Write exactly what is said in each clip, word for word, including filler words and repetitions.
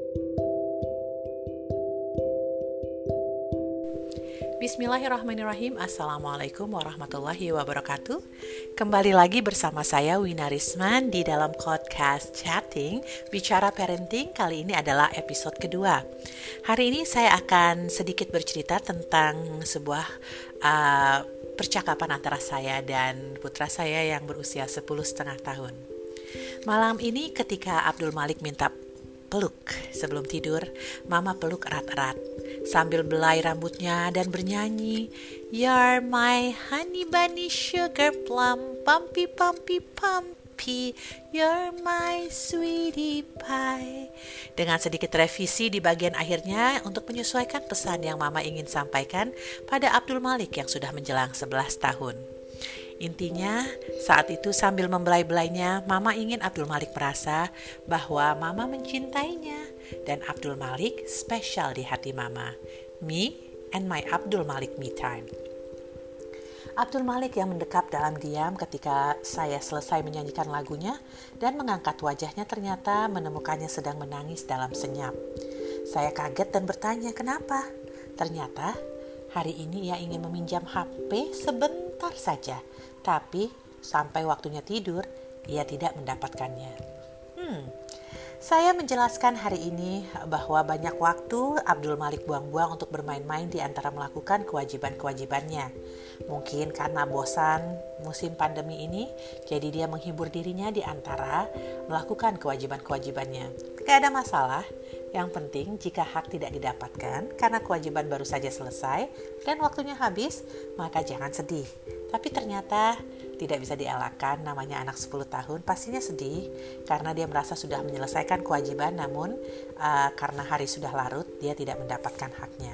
Bismillahirrahmanirrahim. Assalamualaikum warahmatullahi wabarakatuh. Kembali lagi bersama saya Wina Risman di dalam podcast Chatting Bicara Parenting. Kali ini adalah episode kedua. Hari ini saya akan sedikit bercerita tentang sebuah uh, percakapan antara saya dan putra saya yang berusia sepuluh setengah tahun. Malam ini ketika Abdul Malik minta peluk sebelum tidur, Mama peluk erat-erat sambil belai rambutnya dan bernyanyi, "You're my honey bunny sugar plum, pumpy pumpy pumpy, you're my sweetie pie." Dengan sedikit revisi di bagian akhirnya untuk menyesuaikan pesan yang Mama ingin sampaikan pada Abdul Malik yang sudah menjelang sebelas tahun. Intinya, saat itu sambil membelai-belainya, Mama ingin Abdul Malik merasa bahwa Mama mencintainya dan Abdul Malik spesial di hati Mama. Me and my Abdul Malik me time. Abdul Malik yang mendekap dalam diam ketika saya selesai menyanyikan lagunya dan mengangkat wajahnya ternyata menemukannya sedang menangis dalam senyap. Saya kaget dan bertanya kenapa. Ternyata hari ini ia ingin meminjam H P sebentar saja. Tapi sampai waktunya tidur, ia tidak mendapatkannya. Hmm, saya menjelaskan hari ini bahwa banyak waktu Abdul Malik buang-buang untuk bermain-main di antara melakukan kewajiban-kewajibannya. Mungkin karena bosan musim pandemi ini, jadi dia menghibur dirinya di antara melakukan kewajiban-kewajibannya. Gak ada masalah. Yang penting jika hak tidak didapatkan karena kewajiban baru saja selesai dan waktunya habis, maka jangan sedih. Tapi ternyata tidak bisa dielakkan, namanya anak sepuluh tahun pastinya sedih karena dia merasa sudah menyelesaikan kewajiban, namun uh, karena hari sudah larut dia tidak mendapatkan haknya.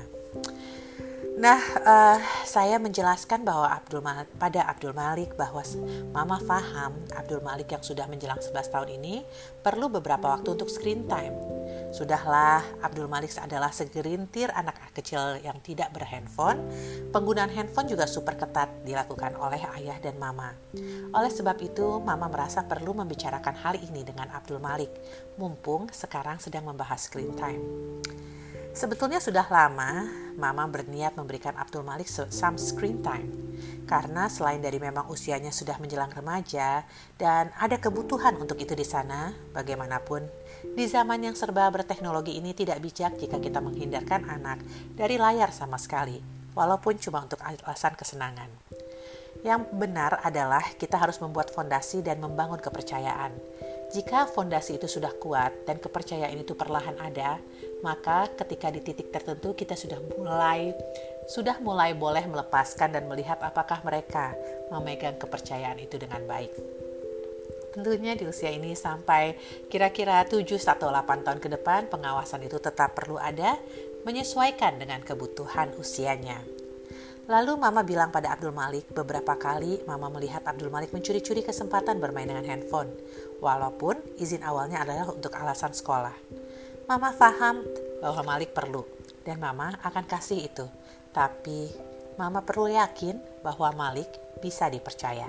Nah, uh, saya menjelaskan bahwa Abdul Malik, pada Abdul Malik bahwa Mama paham Abdul Malik yang sudah menjelang sebelas tahun ini perlu beberapa waktu untuk screen time. Sudahlah, Abdul Malik adalah segerintir anak kecil yang tidak berhandphone. Penggunaan handphone juga super ketat dilakukan oleh ayah dan mama. Oleh sebab itu, Mama merasa perlu membicarakan hal ini dengan Abdul Malik, mumpung sekarang sedang membahas screen time. Sebetulnya sudah lama Mama berniat memberikan Abdul Malik some screen time. Karena selain dari memang usianya sudah menjelang remaja dan ada kebutuhan untuk itu di sana, bagaimanapun di zaman yang serba berteknologi ini tidak bijak jika kita menghindarkan anak dari layar sama sekali, walaupun cuma untuk alasan kesenangan. Yang benar adalah kita harus membuat fondasi dan membangun kepercayaan. Jika fondasi itu sudah kuat dan kepercayaan itu perlahan ada, maka ketika di titik tertentu kita sudah mulai sudah mulai boleh melepaskan dan melihat apakah mereka memegang kepercayaan itu dengan baik. Tentunya di usia ini sampai kira-kira tujuh atau delapan tahun ke depan, pengawasan itu tetap perlu ada, menyesuaikan dengan kebutuhan usianya. Lalu Mama bilang pada Abdul Malik, beberapa kali Mama melihat Abdul Malik mencuri-curi kesempatan bermain dengan handphone, walaupun izin awalnya adalah untuk alasan sekolah. Mama paham bahwa Malik perlu, dan Mama akan kasih itu. Tapi Mama perlu yakin bahwa Malik bisa dipercaya.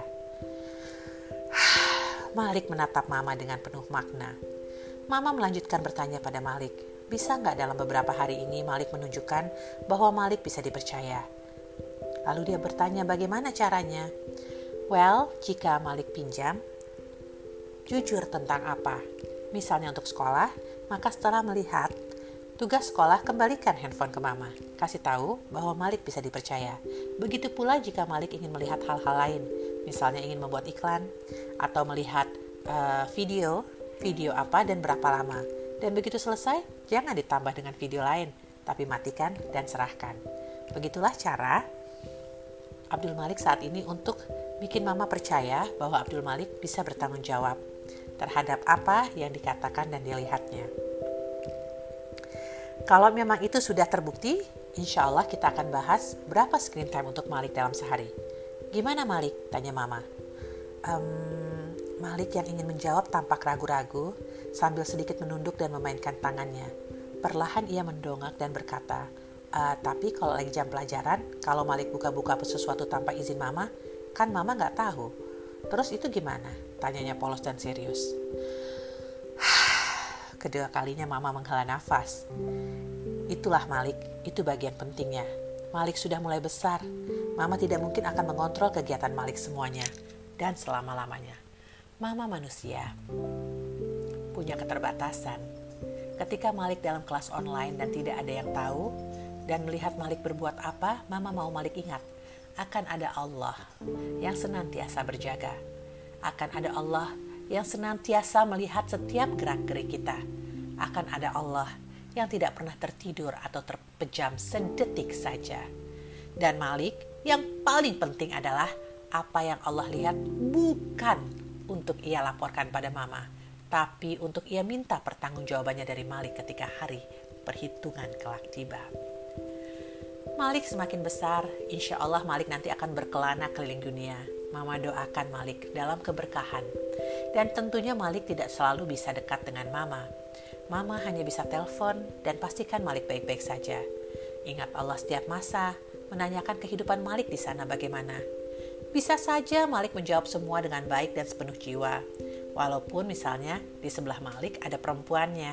Malik menatap Mama dengan penuh makna. Mama melanjutkan bertanya pada Malik, bisa nggak dalam beberapa hari ini Malik menunjukkan bahwa Malik bisa dipercaya? Lalu dia bertanya bagaimana caranya? Well, jika Malik pinjam, jujur tentang apa? Misalnya untuk sekolah, maka setelah melihat tugas sekolah, kembalikan handphone ke Mama. Kasih tahu bahwa Malik bisa dipercaya. Begitu pula jika Malik ingin melihat hal-hal lain, misalnya ingin membuat iklan atau melihat uh, video, video apa dan berapa lama. Dan begitu selesai, jangan ditambah dengan video lain, tapi matikan dan serahkan. Begitulah cara Abdul Malik saat ini untuk bikin Mama percaya bahwa Abdul Malik bisa bertanggung jawab terhadap apa yang dikatakan dan dilihatnya. Kalau memang itu sudah terbukti, insya Allah kita akan bahas berapa screen time untuk Malik dalam sehari. Gimana Malik? Tanya Mama. Um, Malik yang ingin menjawab tampak ragu-ragu sambil sedikit menunduk dan memainkan tangannya. Perlahan ia mendongak dan berkata, Uh, tapi kalau lagi jam pelajaran, kalau Malik buka-buka sesuatu tanpa izin Mama, kan Mama nggak tahu. Terus itu gimana? Tanyanya polos dan serius. kedua kalinya Mama menghela nafas. Itulah Malik, itu bagian pentingnya. Malik sudah mulai besar. Mama tidak mungkin akan mengontrol kegiatan Malik semuanya dan selama-lamanya. Mama manusia punya keterbatasan. Ketika Malik dalam kelas online dan tidak ada yang tahu dan melihat Malik berbuat apa, Mama mau Malik ingat akan ada Allah yang senantiasa berjaga. Akan ada Allah yang senantiasa melihat setiap gerak-gerik kita. Akan ada Allah yang tidak pernah tertidur atau terpejam sedetik saja. Dan Malik, yang paling penting adalah apa yang Allah lihat bukan untuk ia laporkan pada Mama, tapi untuk ia minta pertanggungjawabannya dari Malik ketika hari perhitungan kelak tiba. Malik semakin besar, insya Allah Malik nanti akan berkelana keliling dunia. Mama doakan Malik dalam keberkahan. Dan tentunya Malik tidak selalu bisa dekat dengan Mama. Mama hanya bisa telepon dan pastikan Malik baik-baik saja. Ingat Allah setiap masa, menanyakan kehidupan Malik di sana bagaimana. Bisa saja Malik menjawab semua dengan baik dan sepenuh jiwa. Walaupun misalnya di sebelah Malik ada perempuannya.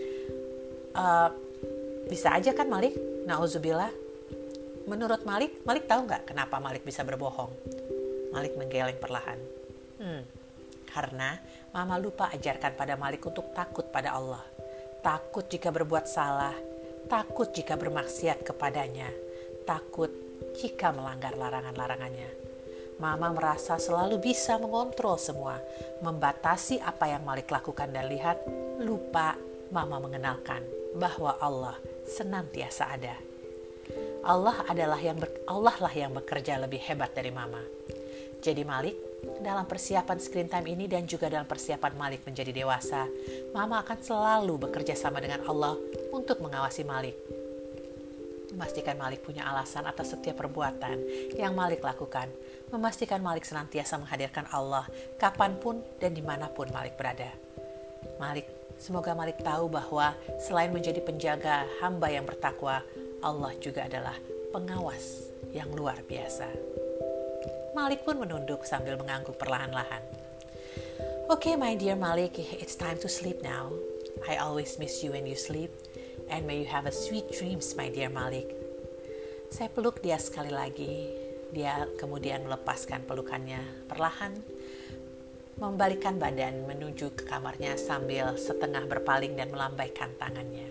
Uh, bisa aja kan Malik? Nauzubillah. Menurut Malik, Malik tahu nggak kenapa Malik bisa berbohong? Malik menggeleng perlahan. Hmm, karena Mama lupa ajarkan pada Malik untuk takut pada Allah. Takut jika berbuat salah, takut jika bermaksiat kepadanya, takut jika melanggar larangan-larangannya. Mama merasa selalu bisa mengontrol semua, membatasi apa yang Malik lakukan dan lihat, lupa Mama mengenalkan bahwa Allah senantiasa ada. Allah adalah yang ber, Allah lah yang bekerja lebih hebat dari Mama. Jadi Malik, dalam persiapan screen time ini dan juga dalam persiapan Malik menjadi dewasa, Mama akan selalu bekerja sama dengan Allah untuk mengawasi Malik. Memastikan Malik punya alasan atas setiap perbuatan yang Malik lakukan. Memastikan Malik senantiasa menghadirkan Allah kapanpun dan dimanapun Malik berada. Malik, semoga Malik tahu bahwa selain menjadi penjaga hamba yang bertakwa, Allah juga adalah pengawas yang luar biasa. Malik pun menunduk sambil mengangguk perlahan-lahan. Okay, my dear Malik, it's time to sleep now. I always miss you when you sleep. And may you have a sweet dreams, my dear Malik. Saya peluk dia sekali lagi. Dia kemudian melepaskan pelukannya perlahan, membalikkan badan menuju ke kamarnya sambil setengah berpaling dan melambaikan tangannya.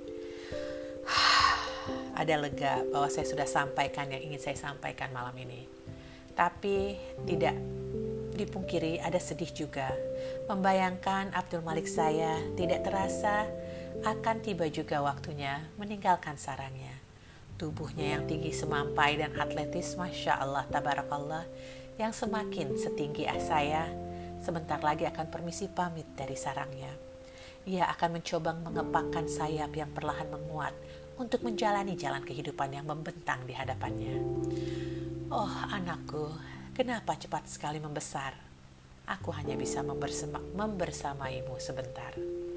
Ada lega bahwa saya sudah sampaikan yang ingin saya sampaikan malam ini. Tapi tidak dipungkiri ada sedih juga. Membayangkan Abdul Malik saya tidak terasa akan tiba juga waktunya meninggalkan sarangnya. Tubuhnya yang tinggi semampai dan atletis, Masya Allah, Tabarakallah, yang semakin setinggi saya, sebentar lagi akan permisi pamit dari sarangnya. Ia akan mencoba mengepakkan sayap yang perlahan menguat untuk menjalani jalan kehidupan yang membentang di hadapannya. Oh anakku, kenapa cepat sekali membesar? Aku hanya bisa membersama, membersamaimu sebentar.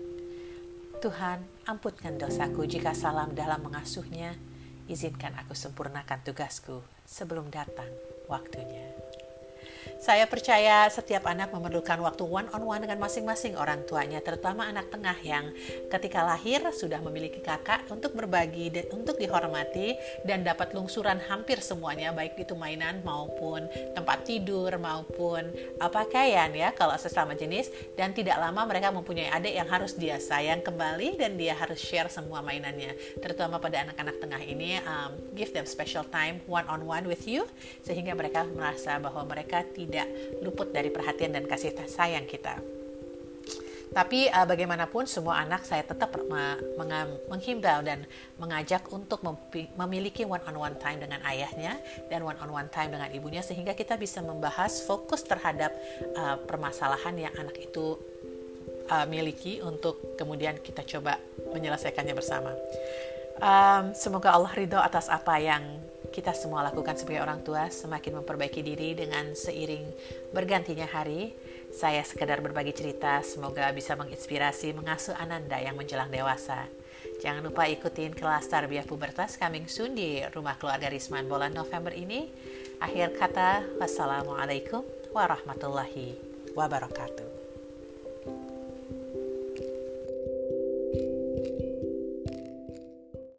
Tuhan, ampunkan dosaku jika salah dalam mengasuhnya. Izinkan aku sempurnakan tugasku sebelum datang waktunya. Saya percaya setiap anak memerlukan waktu one-on-one dengan masing-masing orang tuanya, terutama anak tengah yang ketika lahir sudah memiliki kakak untuk berbagi dan untuk dihormati dan dapat lungsuran hampir semuanya, baik itu mainan maupun tempat tidur maupun uh, pakaian ya kalau sesama jenis, dan tidak lama mereka mempunyai adik yang harus dia sayang kembali dan dia harus share semua mainannya. Terutama pada anak-anak tengah ini, um, give them special time one-on-one with you sehingga mereka merasa bahwa mereka tidak luput dari perhatian dan kasih sayang kita. Tapi uh, bagaimanapun semua anak saya tetap uh, menghimbau dan mengajak untuk memiliki one-on-one time dengan ayahnya dan one-on-one time dengan ibunya sehingga kita bisa membahas fokus terhadap uh, permasalahan yang anak itu uh, miliki untuk kemudian kita coba menyelesaikannya bersama. Um, semoga Allah ridho atas apa yang kita semua lakukan sebagai orang tua, semakin memperbaiki diri dengan seiring bergantinya hari. Saya sekedar berbagi cerita, semoga bisa menginspirasi mengasuh Ananda yang menjelang dewasa. Jangan lupa ikutin kelas Tarbiyah Pubertas coming soon di Rumah Keluarga Risman bulan November ini. Akhir kata, wassalamualaikum warahmatullahi wabarakatuh.